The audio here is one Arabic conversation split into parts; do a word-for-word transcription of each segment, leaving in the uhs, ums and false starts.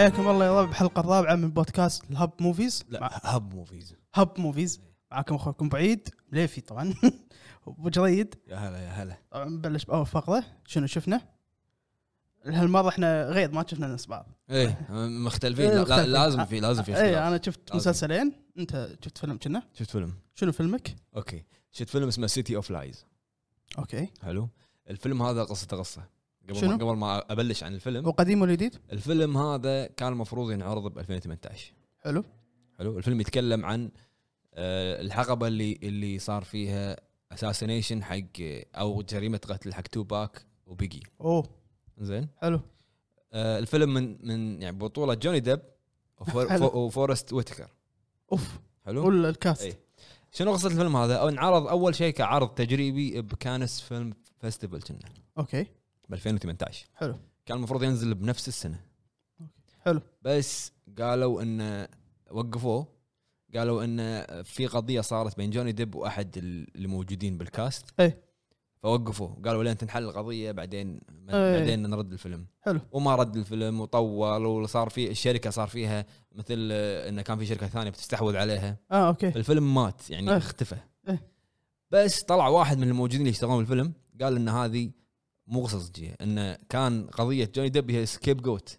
حياكم الله يا رب بحلقة الرابعة من بودكاست الهب موفيز. لا هب موفيز هب موفيز معكم أخوكم بعيد ليفي طبعا أبو جريد. يا هلا يا هلا. طبعا نبلش بأول فقرة. شنو شفنا هالمرة؟ احنا غير ما شفنا نفس بعض. ايه مختلفين. إيه لا مختلفين. لازم في لازم في اختلاف. ايه أنا شفت لازم. مسلسلين، أنت شفت فيلم كنا؟ شفت فيلم. شنو فيلمك؟ اوكي شفت فيلم اسمه سيتي اوف لايز. أوكي حلو. الفيلم هذا قصته قصة قبل شنو؟ ما قبل ما ابلش عن الفيلم. وقديم ولا جديد؟ الفيلم هذا كان المفروض ينعرض ب ألفين وثمانية عشر. حلو. حلو. الفيلم يتكلم عن آه الحقبة اللي اللي صار فيها اساسينيشن حق او جريمة قتل حق توباك وبيجي. أوه زين. حلو. آه الفيلم من من يعني بطولة جوني ديب وفور حلو. وفورست ويتكر. أوف. حلو. قول الكاست. ايه. شنو قصة الفيلم هذا؟ او انعرض اول شيء كعرض تجريبي بكانس فيلم فيستيفال كنا أوكي ب ألفين وثمانية عشر. حلو. كان المفروض ينزل بنفس السنة. حلو. بس قالوا ان وقفوه. قالوا ان في قضية صارت بين جوني ديب واحد اللي موجودين بالكاست. ايه فوقفوه قالوا لين تنحل القضية بعدين ايه. بعدين نرد الفيلم. حلو. وما رد الفيلم وطول وصار في الشركة صار فيها مثل انه كان في شركة ثانية بتستحوذ عليها. اه اوكي. الفيلم مات يعني إيه. اختفى. إيه. بس طلع واحد من الموجودين اللي يشتغلون بالفيلم قال ان هذه مو قصة صجية، ان كان قضية جوني ديب هي سكيب جوت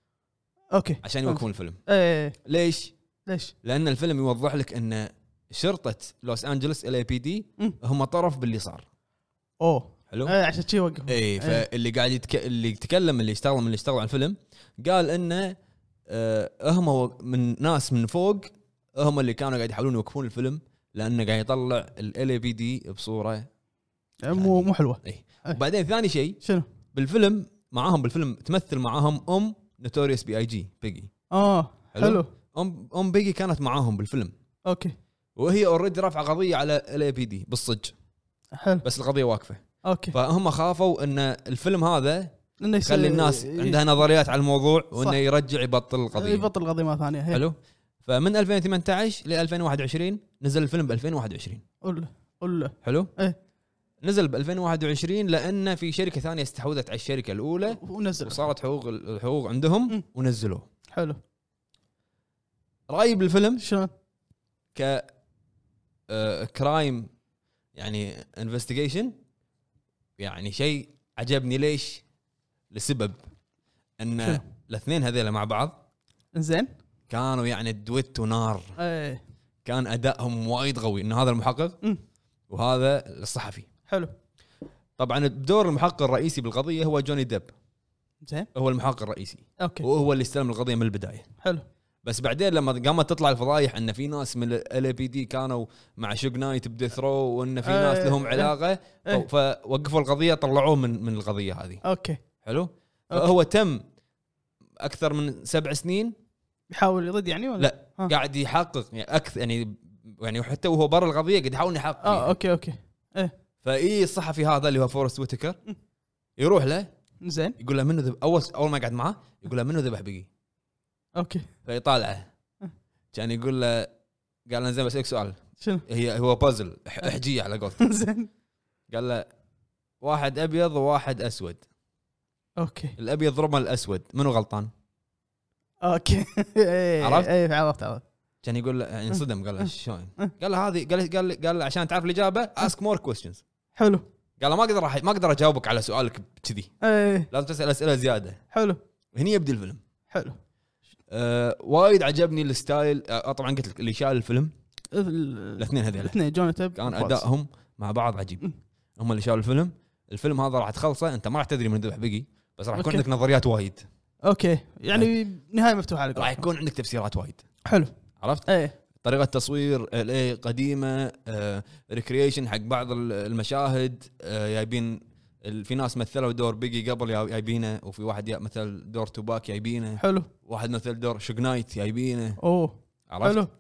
اوكي عشان يوقفون الفيلم. ايه. ليش؟ ليش؟ لان الفيلم يوضح لك ان شرطة لوس أنجلوس إل إيه بي دي هم طرف باللي صار. اوه حلو. ايه عشان شي وقفوا. اي فاللي قاعد يتك... اللي يتكلم اللي يشتغل من اللي يشتغل على الفيلم قال انه آه هم من ناس من فوق هم اللي كانوا قاعد يحاولون يوقفون الفيلم لانه قاعد يطلع ال إل إيه بي دي بصورة مو مو حلوة. اي. وبعدين ثاني شيء شنو بالفيلم معاهم بالفيلم تمثل معاهم ام نوتوريوس بي اي جي بيجي. اه حلو, حلو. ام ام بيجي كانت معاهم بالفيلم. اوكي. وهي اوريدي رافعه قضيه على ال إيه بي دي بالصج. حلو. بس القضيه واقفه. اوكي. فهم خافوا ان الفيلم هذا انه يخلي الناس عندها نظريات على الموضوع وانه يرجع يبطل القضيه. يبطل القضيه مره ثانيه. حلو. فمن ألفين وثمانية عشر ل ألفين وواحد وعشرين نزل الفيلم ب ألفين وواحد وعشرين. قول قول حلو. ايه. نزل ب ألفين وواحد وعشرين لان في شركه ثانيه استحوذت على الشركه الاولى ونزل وصارت حقوق الحقوق عندهم م. ونزلوه. حلو. رايي بالفيلم شلون؟ ك آه كرايم يعني انفستيجيشن يعني شيء عجبني. ليش؟ لسبب ان الاثنين هذيلا مع بعض زين كانوا يعني دويت ونار. ايه. كان ادائهم وايد قوي ان هذا المحقق م. وهذا الصحفي. حلو. طبعا بدور المحقق الرئيسي بالقضيه هو جوني ديب. زين. هو المحقق الرئيسي. اوكي. وهو اللي استلم القضيه من البدايه. حلو. بس بعدين لما قامت تطلع الفضايح ان في ناس من ال إيه بي دي كانوا مع شوق نايت بديثرو وان في ناس لهم علاقه أيه. فوقفوا القضيه طلعوه من من القضيه هذه. اوكي. حلو. فهو تم اكثر من سبع سنين يحاول يرد يعني ولا لا ها. قاعد يحقق يعني اكثر يعني يعني حتى وهو برا القضيه قاعد يحاول يحقق. اه اوكي اوكي. ايه. فاي الصحفي هذا اللي هو فورست ويتكر يروح له زين يقول له منو ذب اول اول ما قعد معاه يقول له منو ذبح بيجي. اوكي. فيطالعه كان يقول له قال له زين بسالك سؤال. شنو؟ هي هو بازل احجيه على قولته. زين. قال له واحد ابيض وواحد اسود. اوكي. الابيض ضرب الاسود منو غلطان؟ اوكي. عرفت؟ اي عرفت عرفت. كان يقول له يعني انصدم. قال له شلون؟ قال له هذه قال قال قال له عشان تعرف الاجابه اسك مور كويستشنز. حلو. قال له ما اقدر ما اقدر اجاوبك على سؤالك كذي. ايه. لازم تسال اسئله زياده. حلو. هني يبدي الفيلم. حلو. أه وايد عجبني الستايل. أه طبعا قلت لك اللي شال الفيلم الاثنين هذول الاثنين جوني ديب كان ادائهم مع بعض عجيب. هم اللي شالوا الفيلم. الفيلم هذا راح تخلصه انت ما راح تدري من ذبح بيجي بس راح يكون عندك نظريات وايد. اوكي يعني نهايه مفتوحه عليك. راح يكون عندك تفسيرات وايد. حلو. عرفت؟ ايه. طريقه تصوير الاي قديمه. آه ريكرييشن حق بعض المشاهد. آه جايبين في ناس مثلوا دور بيجي قبل جايبينه وفي واحد مثل دور توباك جايبينه. حلو. واحد مثل دور شوق نايت جايبينه. اوه عرفت؟ حلو.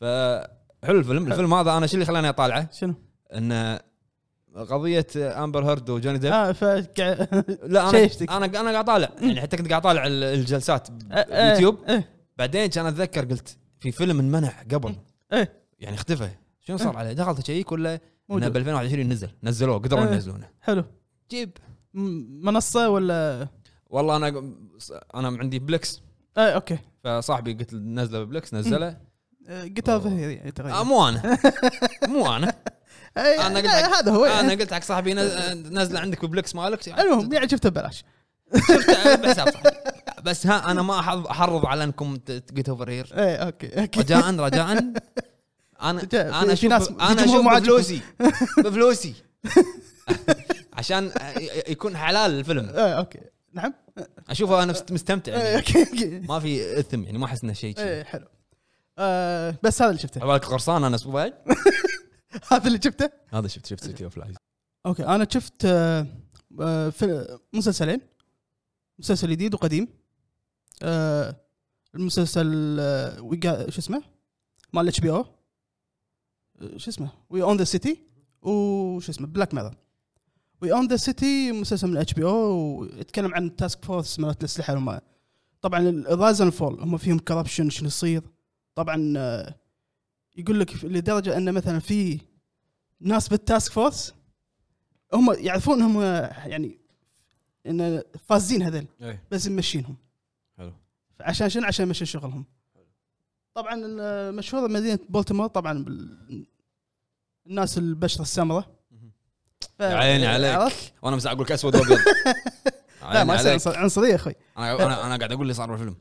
فحلو الفيلم. حلو. الفيلم هذا انا شو اللي خلاني اطالعه؟ شنو؟ ان قضيه امبر هيرد وجوني ديب. اه فك... لا انا انا انا قاعد اطالع يعني حتى كنت قاعد اطالع الجلسات يوتيوب. اه اه بعدين كان اتذكر قلت في فيلم انمنع قبل اه يعني اختفى شنو صار اه عليه؟ دخلت اشيك ولا انه ب ألفين وواحد وعشرين نزل نزلوه قدروا اه ينزلونه. حلو. جيب منصه ولا والله انا انا عندي بلكس اي اوكي. فصاحبي قلت له نزله ببلكس نزله. قلت هذا هي آه مو انا مو انا انا قلت هذا هو. انا قلت حق صاحبي نزله عندك ببلكس مالك. المهم يعني شفته ببلاش. شفته بحساب صاحبي. بس ها انا ما احرض على انكم تجيت اوفر هير. اي اوكي اوكي. رجاء رجاء انا انا اشوف انا اشوف بفلوسي بفلوسي عشان يكون حلال الفيلم. اي اوكي نعم اشوفه انا مستمتع يعني. اوكي ما في اثم يعني ما احس انه شيء. اي حلو. آه بس هذا اللي شفته. بالك قرصان انا اسبوع. هذا اللي شفته. هذا شفت شفت سيتي اوف لايز. اوكي انا شفت آه في مسلسلين، مسلسل جديد وقديم. آه المسلسل آه ويجا شو اسمه مال اتش بي او شو اسمه وي اون ذا سيتي، وش اسمه بلاك ميرور. وي اون ذا سيتي مسلسل من اتش بي او ويتكلم عن تاسك فورس مالت الاسلحه وما طبعا الرايز اند فول هم فيهم كوربشن شنو يصير. طبعا آه يقول لك لدرجه ان مثلا في ناس بالتاسك فورس هم يعرفون هم يعني ان فازين هذول بس يمشينهم. حلو. عشان شنو؟ عشان يمشي شغلهم. طبعا مشهوره مدينه بولتيمور طبعا الناس البشره السمراء. عيني عليك وانا مش اقول لك اسود وابيض. لا ما يصير عنصريه اخوي. انا انا انا قاعد اقول اللي صار بالفيلم.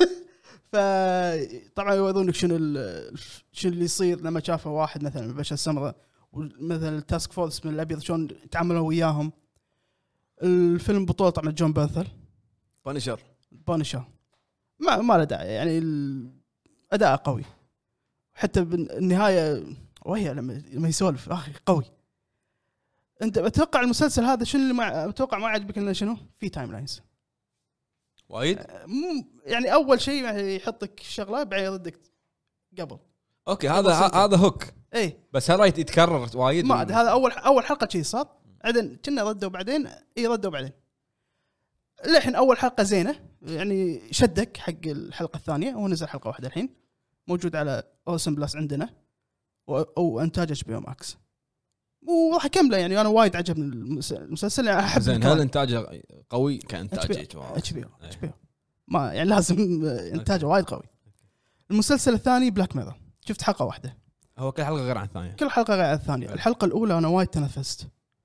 فطبعا يورونك شنو شنو اللي يصير لما شافوا واحد مثلا بالبشره السمراء ومثلا التاسك فورس من الابيض شلون يتعاملوا وياهم. الفيلم بطولة طبعا جون بيرثل بانشر بانشر ما ما له داعي يعني الأداء قوي حتى بالنهاية وهي لما لما يسولف أخي قوي. أنت بتوقع المسلسل هذا شنو اللي ما بتوقع ما عجبك إنه شنو في تايم لاينز وايد يعني أول شيء يحطك شغلة بعدين يردك قبل. أوكي هذا هذا هوك إيه بس هذا يتكرر وايد. ما هذا أول أول حلقة شيء صار بعدين كنا ردوا بعدين اي ردوا بعدين الحين اول حلقه زينه يعني شدك حق الحلقه الثانيه. ونزل حلقه واحده الحين موجود على اوسم بلس عندنا او انتاج اتش بي او ماكس وراح اكمله يعني انا وايد عجبني المسلسل يعني احب. زين هل انتاجه قوي كانتاج اتش بي او اتش بي او ما يعني لازم انتاجه وايد قوي. المسلسل الثاني بلاك ميرور شفت حلقه واحده. هو كل حلقه غير عن الثانيه. كل حلقه غير عن الثانيه. الحلقه الاولى انا وايد تنفست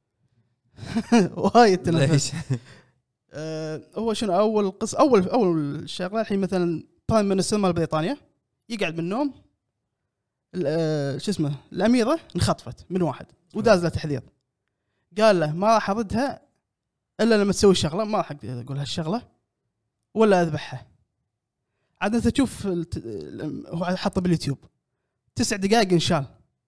وايد تنفس. آه هو شنو اول قص اول اول شغله الحين مثلا برايم مينستر مال بريطانيا يقعد من النوم آه شو اسمه الاميره انخطفت من واحد وداز له تحذير قال له ما راح اردها الا لما تسوي الشغله ما راح اقول هالشغله ولا اذبحها. عاد انت تشوف هو حاطه باليوتيوب تسع دقائق انشال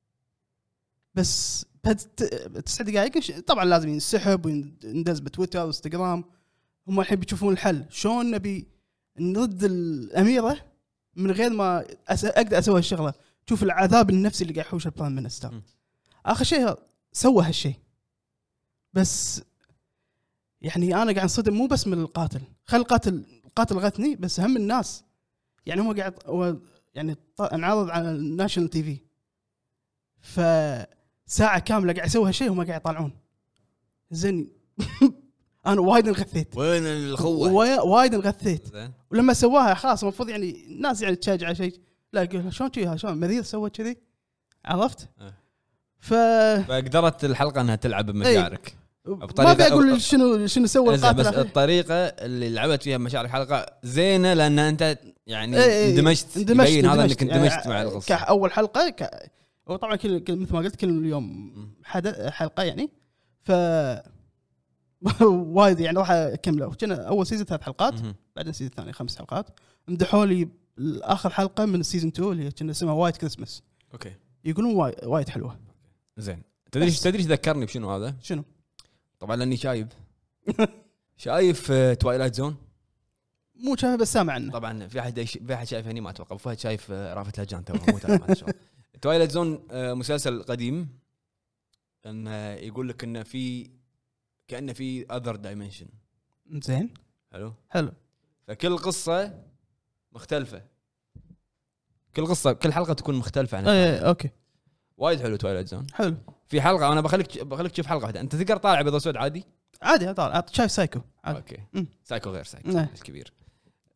بس تسع دقائق طبعا لازم ينسحب ويندز بتويتر وانستغرام. هم الحين بيشوفون الحل شلون نبي نرد الأميرة من غير ما أس... أقدر أسوي هالشغلة. شوف العذاب النفسي اللي قاعد يحوش البرايم مينستر. آخر شيء سوى هالشيء بس يعني أنا قاعد انصدم مو بس من القاتل خل القاتل القاتل غثني بس هم الناس يعني هم قاعد هو يعني انعرض على الناشونال تي في ف ساعة كاملة قاعد يسوي هالشيء وما قاعد يطلعون. زين أنا وايد انغثيت. وين الخوة؟ وايد انغثيت. ولما سواها خلاص المفروض يعني الناس يعني تشجع على شيء لا يقول شلون كذا شلون مريض سوى كذي عرفت؟ أه. ف فقدرت الحلقة أنها تلعب بمشاعرك. ما بقول شنو شنو سوى القاتل بس الطريقة اللي لعبت فيها مشاعر الحلقة زينة لأن أنت يعني ايه اندمجت يبين هذا انك اندمجت يعني مع القصة. كأول حلقة ك... وطبعا كل مثل ما قلت كل يوم حدا حلقة يعني ف وايد يعني راح اكمله. كنا اول سيزون ثلاث حلقات بعدين السيزون الثاني خمس حلقات. مدحوا لي اخر حلقه من السيزون اثنين اللي كنا اسمها وايت كريسمس. اوكي يقولون وايد وايد حلوه. زين تدري تدري ذكرني بشنو هذا؟ شنو؟ طبعا لاني شايب شايف توايلايت زون مو شايفه بس سامع عنه. طبعا في احد في احد شايف هني ما اتوقع. فهد شايف رافت لجان تو مو تمام. توايلايت زون مسلسل قديم انه يقول لك انه في كأنه في other dimension. زين حلو حلو. فكل قصة مختلفة كل قصة كل حلقة تكون مختلفة عن ايه اوكي وايد حلو تويلايت زون. حلو. في حلقة انا بخليك بخليك تشوف حلقة واحدة. انت تقدر طالع بيض اسود عادي عادي طالع شايف سايكو عادي. اوكي م. سايكو غير سايكو نه. الكبير.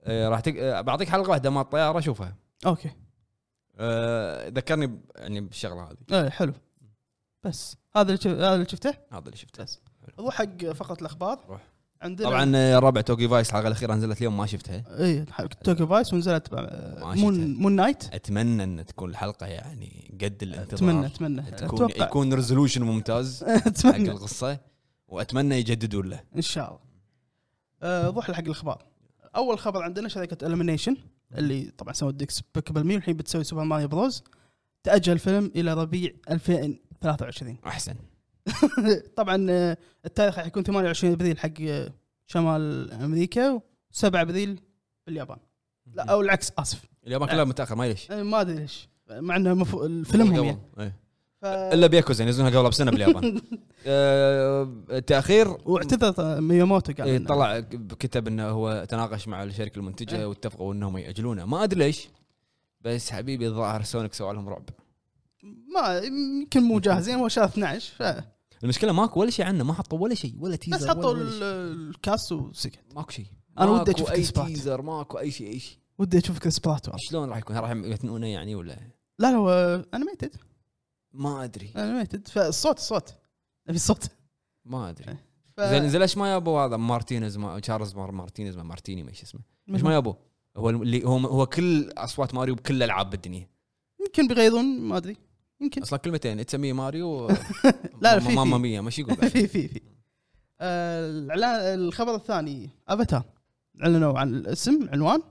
آه راح تك... آه بعطيك حلقه واحده مع الطياره شوفها. اوكي آه ذكرني ب... يعني بالشغله هذه. ايه حلو. بس هذا اللي شف... هذا اللي شفته. هذا اللي شفته. بس روح حق فقط الاخبار. روح. عندنا طبعا ربع توكي فايس الحلقه الاخيره نزلت اليوم ما شفتها. اي توكي فايس ونزلت مون مون نايت. اتمنى ان تكون الحلقه يعني قد الانتظار. اتمنى اتمنى تكون أتوقع. يكون ريزولوشن ممتاز حق القصه واتمنى يجددوا له ان شاء الله. أه روح لحق الاخبار. اول خبر عندنا شركه اليمينيشن اللي طبعا سووا ديسبيكابل مي والحين بتسوي سوبر ماريو بروز. تاجل الفيلم الى ربيع ألفين وثلاثة وعشرين. احسن. طبعا التاريخ راح يكون ثمانية وعشرين ابريل حق شمال امريكا و7 ابريل باليابان. لا او العكس اسف اليابان كلها متاخر ما ليش ما ادري ليش مع انه مفو... الفيلم هم يعني. ايه. ف... الا بياكوزا ينزلونها قبل بسنه باليابان. أه... تاخير واعتذر مياموتو قال ايه طلع كتب انه هو تناقش مع الشركه المنتجه ايه. واتفقوا انهم ياجلونه ما ادري ليش بس حبيبي الظاهر سونيك سوى لهم رعب ما يمكن مو جاهزين هو شهر اثناشر ف... المشكله ماكو ولا شيء عنه ما حطوا ولا شيء ولا تيزر بس حطوا الكاس وسكت ماكو شيء انا ودي اشوف اي تيزر ماكو اي شيء اي شيء ودي اشوف كريس برات شلون راح يكون راح يثنونه يعني ولا لا لا هو انيميتد ما ادري انيميتد فالصوت الصوت نبي الصوت ما ادري ف... زين زين ليش ما يابو هذا مارتينيز ما تشارلز مار مارتينيز ما مارتيني ما ايش اسمه ليش ما يابو هو اللي هو هو كل اصوات ماريو بكل العاب بالدنيا يمكن بيغيرون ما ادري يمكن اصلا كلمتين اتسميه ماريو لا في ماما ميا ماشي يقول في في في الاعلان الخبر الثاني افاتار اعلنوا عن الاسم عنوان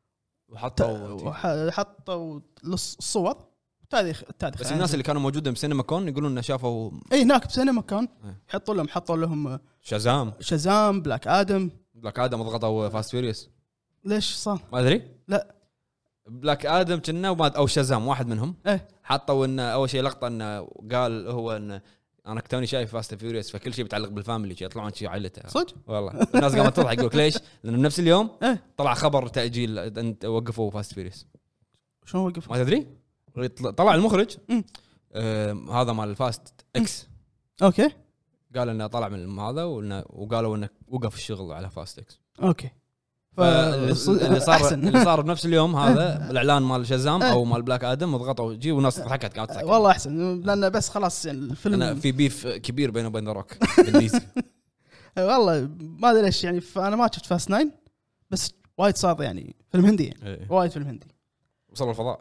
وحطوا حطوا الصور تاريخ التاريخ بس الناس اللي كانوا موجودين بسينما كون يقولون انه شافوا اي هناك بسينما كون يحطوا لهم حطوا لهم شازام شازام بلاك ادم بلاك ادم ضغطوا فاست فيريوس ليش صار ما ادري لا بلاك ادم كنا او شازام واحد منهم ايه حطوا انه اول شيء لقطه انه قال هو انه انا كتوني شايف فاست فيوريوس فكل شيء بيتعلق بالفاميلي يطلعون شيء عائلته صدق والله الناس قامت تضحك يقول ليش لانه بنفس اليوم ايه طلع خبر تاجيل انت وقفوا فاست فيوريوس شلون وقف ما تدري طلع المخرج آه هذا مال الفاست اكس اوكي قال انه طلع من هذا وقالوا انه وقف الشغل على فاست اكس اوكي اللي صار اللي صار بنفس اليوم هذا الاعلان مال شازام او مال بلاك ادم وضغطوا جي وناس ضحكت قامت تضحك والله احسن لان بس خلاص الفيلم انا في بيف كبير بينه وبين ذا روك بالديزي والله ما ادري ليش يعني انا ما شفت فاست ناين بس وايد صار يعني فيلم هندي يعني. ايه. وايد فيلم هندي وصل الفضاء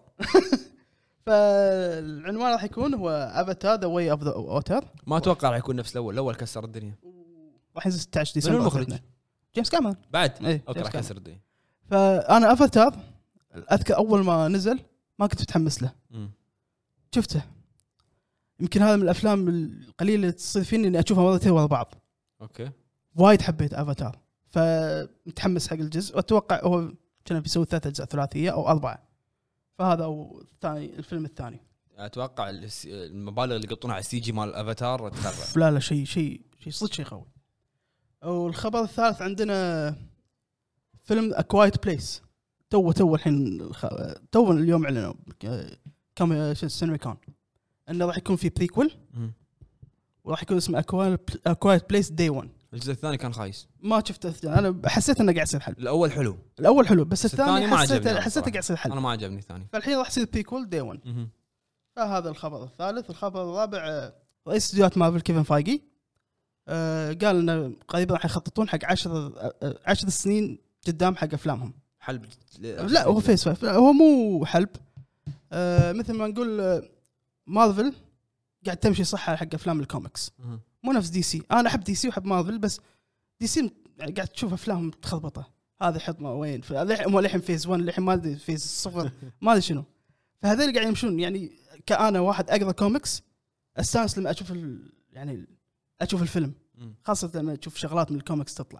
فالعنوان راح يكون هو افاتار ذا واي اوف ذا ووتر ما اتوقع راح يكون نفس الاول الاول كسر الدنيا راح ينزل ستة عشر ديسمبر المخرج جيمس كاميرون بعد ايه اوكي راح يكسر الدنيا فانا افاتار اذكر اول ما نزل ما كنت متحمس له م. شفته يمكن هذا من الافلام القليله اللي تصير فيني اني اشوفها مرتين ورا بعض اوكي وايد حبيت افاتار فمتحمس حق الجزء واتوقع هو كان بيسوي ثلاث اجزاء ثلاثيه او اربعه فهذا او الثاني الفيلم الثاني اتوقع المبالغ اللي يقطونها على السي جي مال افاتار تخرب لا لا شيء شيء شيء صدق شيء قوي. والخبر الثالث عندنا فيلم أكوايت بليس تو تو الحين تو اليوم اعلنوا كم سينما كان انه راح يكون في بريكول وراح يكون اسمه أكوايت بليس داي واحد. الجزء الثاني كان خايس ما شفته انا حسيت انه قاعد يصير حلو الاول حلو الاول حلو بس الثاني ما حسيت عجبني حسيت قاعد يصير حلو انا ما عجبني الثاني فالحين راح يصير بريكول داي واحد. فهذا الخبر الثالث. الخبر الرابع رئيس استديوهات مارفل كيفن فايجي آه قال انه قريبا راح يخططون حق عشر عشر سنين قدام حق افلامهم حلب لا هو فيس فايف هو مو حلب آه مثل ما نقول آه مارفل قاعد تمشي صح حق افلام الكوميكس مو نفس دي سي. انا احب دي سي واحب مارفل بس دي سي قاعد تشوف افلامهم متخربطه هذا حطمه وين مو لحين فيز واحد لحين ما ادري فيز صفر ما ادري شنو. فهذول قاعد يمشون يعني كأنا واحد اقرا كوميكس استانس لما اشوف يعني اشوف الفيلم خاصه لما تشوف شغلات من الكوميكس تطلع.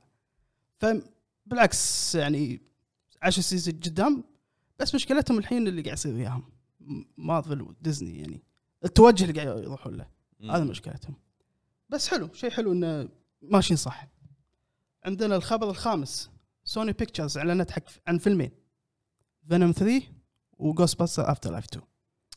فبالعكس يعني عشر سنين قدام بس مشكلتهم الحين اللي قاعد يصير وياهم مارفل وديزني يعني التوجه اللي قاعد يروحون له هذا مشكلتهم. بس حلو شيء حلو انه ماشيين صح. عندنا الخبر الخامس سوني بيكتشرز اعلنت حق عن فيلمين فينوم ثلاثة وغوست باستر افتر لايف اثنين.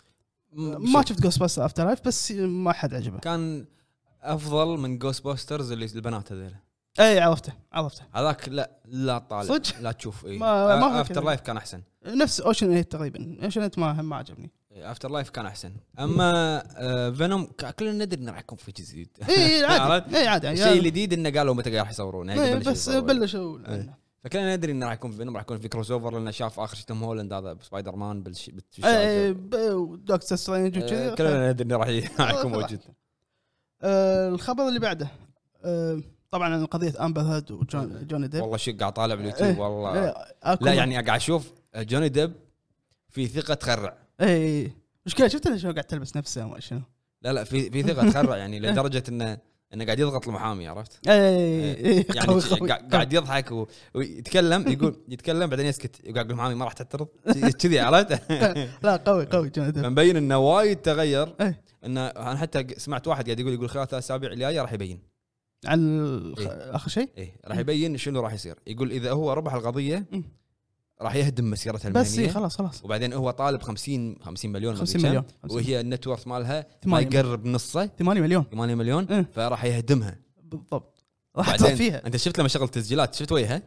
ما شفت غوست باستر افتر لايف بس ما حد عجبه. كان افضل من غوست باسترز اللي البنات هذول اي عرفته عرفته هذاك لا لا طالع صدق؟ لا تشوف اي ما- ما هو افتر كذا. لايف كان احسن. نفس اوشن ثمانية تقريبا. اوشن ثمانية ما هم ما عجبني. افتر لايف كان احسن. اما آه فينوم كلنا ندري انه راح يكون في جزء جديد. اي عرفت؟ عادي اي عادي الشيء الجديد انه قالوا متى راح يصورون إيه، بلشوا بس يصورون. بلشوا إيه. فكلنا ندري انه راح يكون فينوم راح يكون في كروس اوفر لانه شاف اخر شيء توم هولاند هذا سبايدر مان بالش... بالش... اي دكتور سترينج آه، وكذا. كلنا ندري انه راح ي- راح يكون موجود. آه، الخبر اللي بعده آه، طبعا عن قضيه امبر هيرد وجون جوني ديب. والله شيء قاعد طالع باليوتيوب إيه. والله إيه، أكو- لا يعني قاعد اشوف جوني ديب في ثقه تخرع. اي مشكله شفت انا شلون قاعد تلبس نفسه وما شنو. لا لا في في ثقه تخرع يعني لدرجه انه انه قاعد يضغط المحامي عرفت. اي اي يعني قوي قاعد- قوي قاعد يضحك و- ويتكلم يقول يتكلم بعدين يسكت يقول المحامي ما راح تعترض كذي عرفت. لا قوي قوي جوني ديب. مبين انه وايد تغير. إيه. انه انا حتى سمعت واحد قاعد يقول يقول خلال ثلاث اسابيع الجايه راح يبين. عن الخ- إيه. اخر شيء ايه راح يبين شنو راح يصير. يقول اذا هو ربح القضيه مم. راح يهدم مسيرته بس إيه، المهنيه. خلاص خلاص وبعدين هو طالب خمسين خمسين مليون ما أدري خمسين كم. مليون وهي النت وورث مالها ما ثمانية يقرب نصه ثمانية مليون ثمانية مليون. إيه. فراح يهدمها بالضبط. راح بعدين فيها. انت شفت لما شغل تسجيلات شفت وجهها.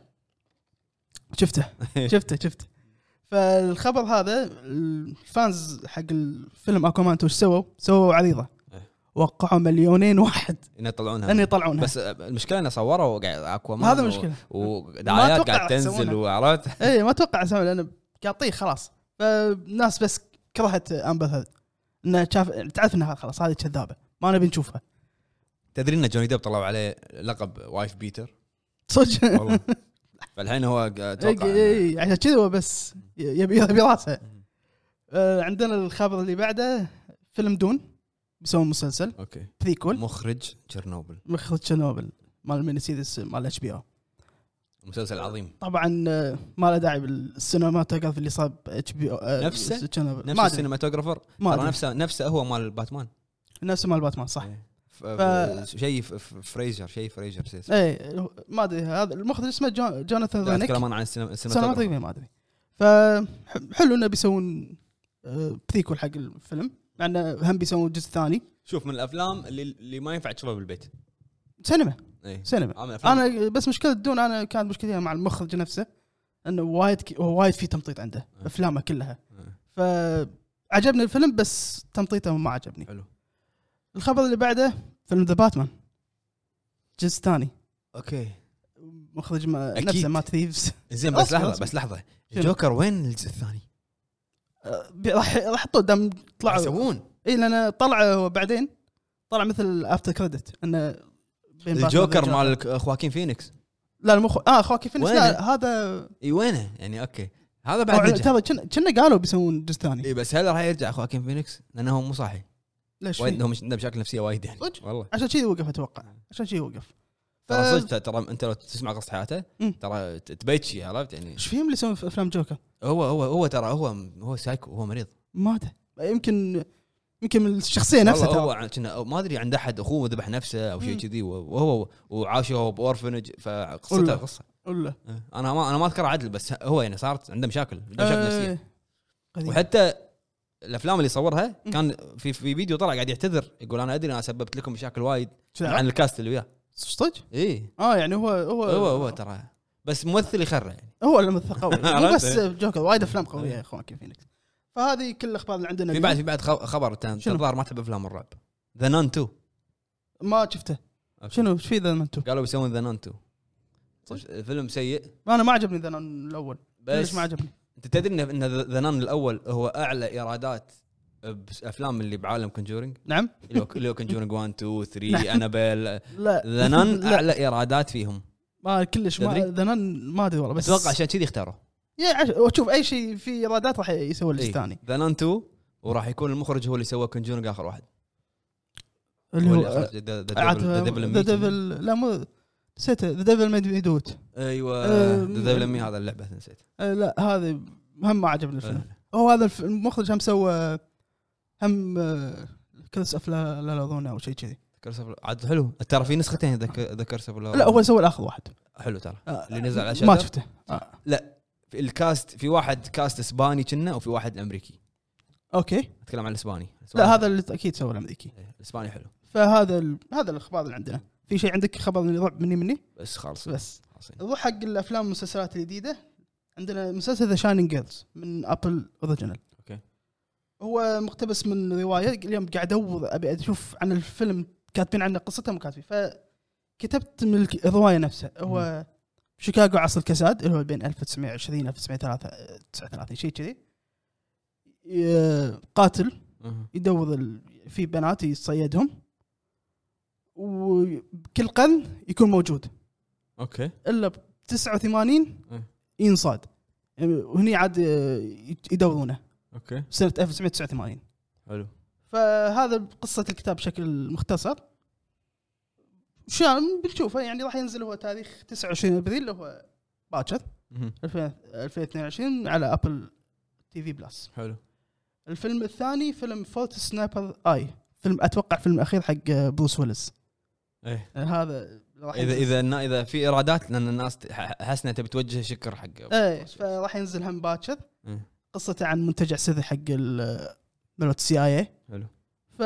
شفته شفته شفته. فالخبر هذا الفانز حق الفيلم اكوامان وش سووا؟ سووا عريضه إيه. وقعوا مليونين واحد انه يطلعونها ان يطلعونها. بس المشكله انه صوروا قاعد اكوامان هذا مشكله. ودعايات أتوقع قاعد تنزل يسوونها. وعرفت. اي ما اتوقع اسوي لانه قاعد طيح خلاص. فالناس بس كرهت امبر هذا انه شاف تعرف انها خلاص هذه كذابه ما نبي نشوفها تدري ان جوني ديب طلعوا عليه لقب وايف بيتر صدق. والله. فالحين هو اتوقع اي عشان كذا هو بس يبي يبي راسه. آه، عندنا الخبر اللي بعده فيلم دون بيسوون مسلسل اوكي بريكول مخرج تشيرنوبل مخرج تشيرنوبل مال الميني سيريز مال اتش بي او. مسلسل عظيم طبعا آه، ما له داعي بالسينماتوجراف اللي صاب اتش بي او نفسه؟ تشيرنوبل. نفس ما أدري. السينماتوجرافر ما ترى أدري. نفسه نفسه هو مال باتمان. نفسه مال باتمان صح. ف... ف... شيء ف... ف... فريزر شيء فريزر سيس. اي ما ادري هذا المخرج اسمه جون... جوناثان لا ذانيك. اتكلم عن السينما- السينماتوجرافر. سينماتوجراف ما ادري. فحلو انه بيسوون آه، بريكول حق الفيلم مع انه هم بيسوون جزء ثاني شوف من الافلام اللي اللي ما ينفع تشوفها بالبيت. سينما اي سينما. عامل أفلام. انا بس مشكله دون انا كانت مشكلتي مع المخرج نفسه انه وايد ك... هو وايد في تمطيط عنده افلامه كلها. فعجبني الفيلم بس تمطيطه ما عجبني. حلو. الخبر اللي بعده فيلم ذا باتمان جزء ثاني اوكي مخرج ما أكيد. نفسه مات ثيفز. زين بس أصبر، لحظه أصبر. بس لحظه شنو؟ الجوكر وين الجزء الثاني؟ راح راح يحطوه دام راح طلعوا يسوون اي لان طلع وبعدين طلع مثل افتر كريدت انه بين باتمان الجوكر والجوكر. مال خواكين فينيكس. لا المخ اه خواكي فينيكس وينه؟ لا هذا اي وينه يعني اوكي هذا أو بعد نجح. ترى كنا كنا قالوا بيسوون جزء ثاني. اي بس هل راح يرجع خواكين فينيكس لانه هو مو صاحي ليش وايد فيه؟ هو مش عنده مشاكل نفسيه وايد يعني صدق؟ والله. عشان كذي وقف اتوقع عشان كذي وقف. ترى صدق ترى انت لو تسمع قصه حياته مم. ترى تبيتشي عرفت يعني. ايش فيهم اللي يسوون في افلام جوكر؟ هو هو هو ترى هو هو سايكو هو مريض. ما ادري يمكن يمكن من الشخصيه نفسها والله هو ترى. عن- كنا ما ادري عند احد اخوه ذبح نفسه او شيء مم. كذي وهو وعاش هو باورفنج فقصته ولا. قصه. ولا انا ما انا ما اذكر عدل بس هو يعني صارت عنده مشاكل عنده مشاكل نفسيه. آه، قديم. وحتى الافلام اللي صورها مم. كان في في فيديو طلع قاعد يعتذر يقول انا ادري انا سببت لكم مشاكل وايد شنو؟ عن الكاست اللي وياه. صدق؟ اي اه يعني هو هو هو هو ترى بس ممثل يخرع يعني. هو الممثل قوي مو عرفت؟ بس جوكر وايد افلام قويه يا اخوان فينيكس. فهذه كل الاخبار اللي عندنا في اليوم. بعد في بعد خ- خبر انت شنو؟ الظاهر ما تحب افلام الرعب. ذا نان تو ما شفته. شنو ايش في ذا انتم؟ قالوا بيسوون ذا نان تو. الفيلم سيء انا ما عجبني ذا الاول. بس ليش ما عجبني؟ انت تدري ان ذا نان الاول هو اعلى ايرادات بافلام اللي بعالم كونجورينج نعم اللي هو اللي هو كونجورينج واحد اثنين ثلاثة انابيل. لا ذا نان لا. اعلى ايرادات فيهم. ما كلش ما تدري؟ ذا ما ادري والله بس اتوقع عشان كذي اختاروا يا عش... وشوف اي شيء في ايرادات راح يسوي الجزء الثاني ذا نان تو وراح يكون المخرج هو اللي سوى كونجورينج اخر واحد اللي هو هو اللي اخرج ذا ديفل ذا ديفل لا مو نسيته ذا ديفل ميد مي دو ات. ايوه أم، ذا ديفل مي هذا اللعبه نسيت. لا هذا هم ما عجبني الفيلم. هو هذا الف- المخرج هم سوى هم آه، كرس افلا لا لا او شيء كذي. كرسف عاد حلو ترى في نسختين ذا كرسف لا هو سوى الاخر واحد حلو ترى آه، اللي نزل على ما شادر. شفته آه. في الكاست في واحد كاست اسباني كنا وفي واحد امريكي. اوكي اتكلم عن الاسباني. لا هذا اللي اكيد سوى الامريكي. إيه، الاسباني حلو. فهذا ال... هذا الاخبار اللي عندنا في شيء عندك خبر من رعب مني مني بس خالص بس خالصين. نروح حق الافلام والمسلسلات الجديده. عندنا مسلسل ذا شاينينج جيرلز من ابل اوريجينال. اوكي. هو مقتبس من روايه. اليوم قاعد ادور ابي اشوف عن الفيلم كاتبين عنه قصته مكاتبه فكتبت من الروايه نفسها. هو شيكاغو عصر الكساد اللي هو بين ألف وتسعمية وعشرين ألف وتسعمية وتسعة وثلاثين شيء كذي. قاتل يدور في بنات يصيدهم وكل قرن يكون موجود. اوكي. الا ب تسعة وثمانين ينصاد وهني عاد يدورونه. اوكي. سنه ألف وتسعمية وتسعة وثمانين. حلو. فهذا قصه الكتاب بشكل مختصر. شو بنشوفه يعني راح ينزل هو تاريخ تسعة وعشرين ابريل اللي هو باكر ألفين واثنين وعشرين على ابل تي في بلس. حلو. الفيلم الثاني فيلم فورت سنايبر اي. فيلم اتوقع فيلم الاخير حق بروس ويلس. ايه هذا راح اذا اذا اذا في ايرادات لان الناس حسنه تبي توجه شكر حق ايه فراح ينزل هم باكر. إيه. قصته عن منتجع سري حق ملوت السي اي اي. حلو. ف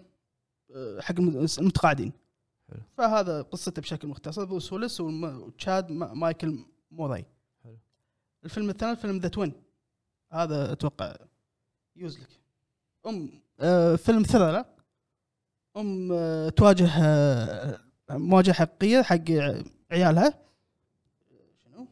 حق المتقاعدين. حلو. فهذا قصته بشكل مختصر. بروس ويلس وتشاد مايكل موراي. حلو. الفيلم الثاني فيلم ذا توين. هذا اتوقع يوزلك ام آه فيلم ثريلر. ام آه تواجه آه مواجهه حقيقيه حق عيالها. شنو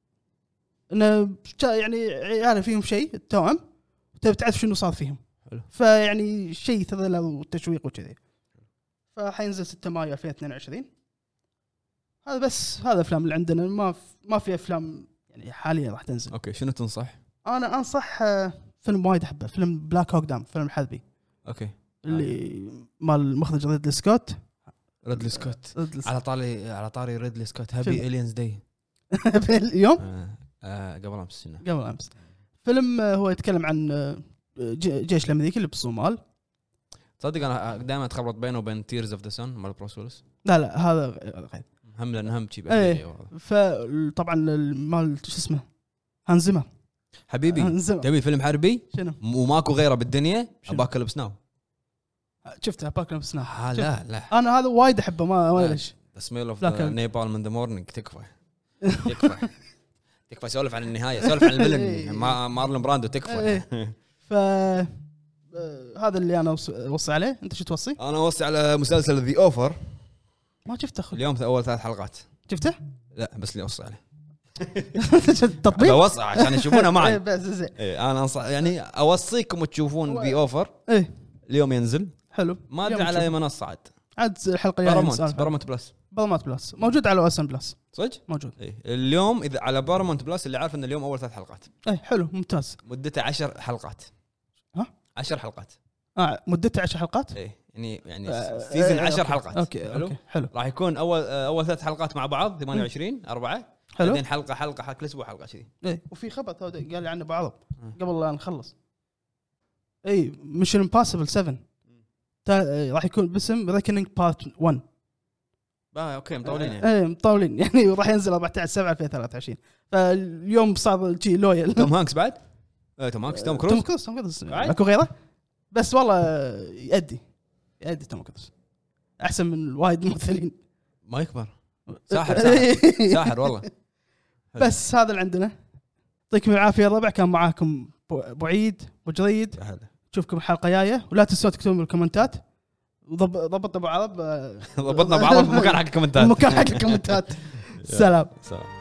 انه يعني عيالها فيهم شيء التوأم وتبي تعرف شنو صار فيهم. حلو. فيعني شيء ثريلر وتشويق وكذا. فحينزل ستة مايو ألفين واثنين وعشرين. هذا بس هذا الافلام اللي عندنا. ما ما في افلام يعني حاليا راح تنزل. اوكي. شنو تنصح؟ انا انصح آه فيلم وايد احبه. فيلم بلاك هوك دام. فيلم حربي. اوكي. اللي مال المخرج ريدلي سكوت. ريدلي سكوت. على طاري على طاري ريدلي سكوت. هابي إليانز داي. اليوم آه. آه قبل امس هنا. قبل امس. فيلم هو يتكلم عن جيش الامريكي اللي بالصومال. تصدق انا دائما اتخبط بينه وبين تيرز اوف ذا سن مال بروس ويلس. لا لا هذا غير. هم لان هم شيء. ايه. فطبعا مال شو اسمه هانزيمر. حبيبي تبي فيلم حربي شنو وماكو غيره بالدنيا. اباكاليبس ناو. شفت اباكاليبس ناو. آه لا لا انا هذا وايد احبه. ما ما ليش سميل اوف نيبال من ذا مورنينج. تكفى تكفى تكفى. سولف عن النهايه. سولف عن الفيلم. مارلون براندو. تكفى. ف هذا اللي انا اوصي عليه. انت شو توصي؟ انا اوصي على مسلسل ذا اوفر. ما شفته اخوي. اليوم في اول ثلاث حلقات. شفته؟ لا بس اللي اوصي عليه تطبيق اوصي عشان يشوفونه معي. بس زين. ايه انا انصح يعني اوصيكم تشوفون ذا اوفر. ايه اليوم ينزل. حلو. ما ادري على اي منصه عاد. عاد الحلقه الجايه بارامونت بارامونت بلس. بارامونت بلس موجود على اوسن بلس. صدق موجود. ايه اليوم اذا على بارامونت بلس اللي عارف ان اليوم اول ثلاث حلقات. ايه حلو ممتاز. مدته عشر حلقات. ها عشر حلقات. اه مدته عشر حلقات. ايه يعني يعني آه سيزن آه عشر حلقات. اوكي حلو. اوكي حلو. راح يكون اول آه اول ثلاث حلقات مع بعض ثمانية وعشرين أربعة. بعدين حلقه حلقه حق كل اسبوع حلقه كذي. ايه وفي خبر قال لي عنه بعض قبل لا نخلص. اي ميشن امبوسيبل سبعة راح يكون باسم ريكنينج بارت واحد. اه اوكي مطولين يعني. ايه مطولين يعني راح ينزل أربعة عشر سبعة ألفين وثلاثة وعشرين. فاليوم صار شيء لويال. توم هانكس بعد. ايه توم هانكس. توم كروز. توم كروز توم كروز ماكو غيره. بس والله يأدي يأدي توم كروز احسن من وايد ممثلين. ما يكبر. ساحر ساحر ساحر والله. بس هذا اللي عندنا. يعطيكم العافيه. الربع كان معاكم ابو عيد ابو جريد. نشوفكم الحلقه الجايه ولا تنسوا تكتبون بالكومنتات. ضبط ابو عرب. ضبطنا ابو عرب مكان حق الكومنتات. مكان حق الكومنتات. سلام.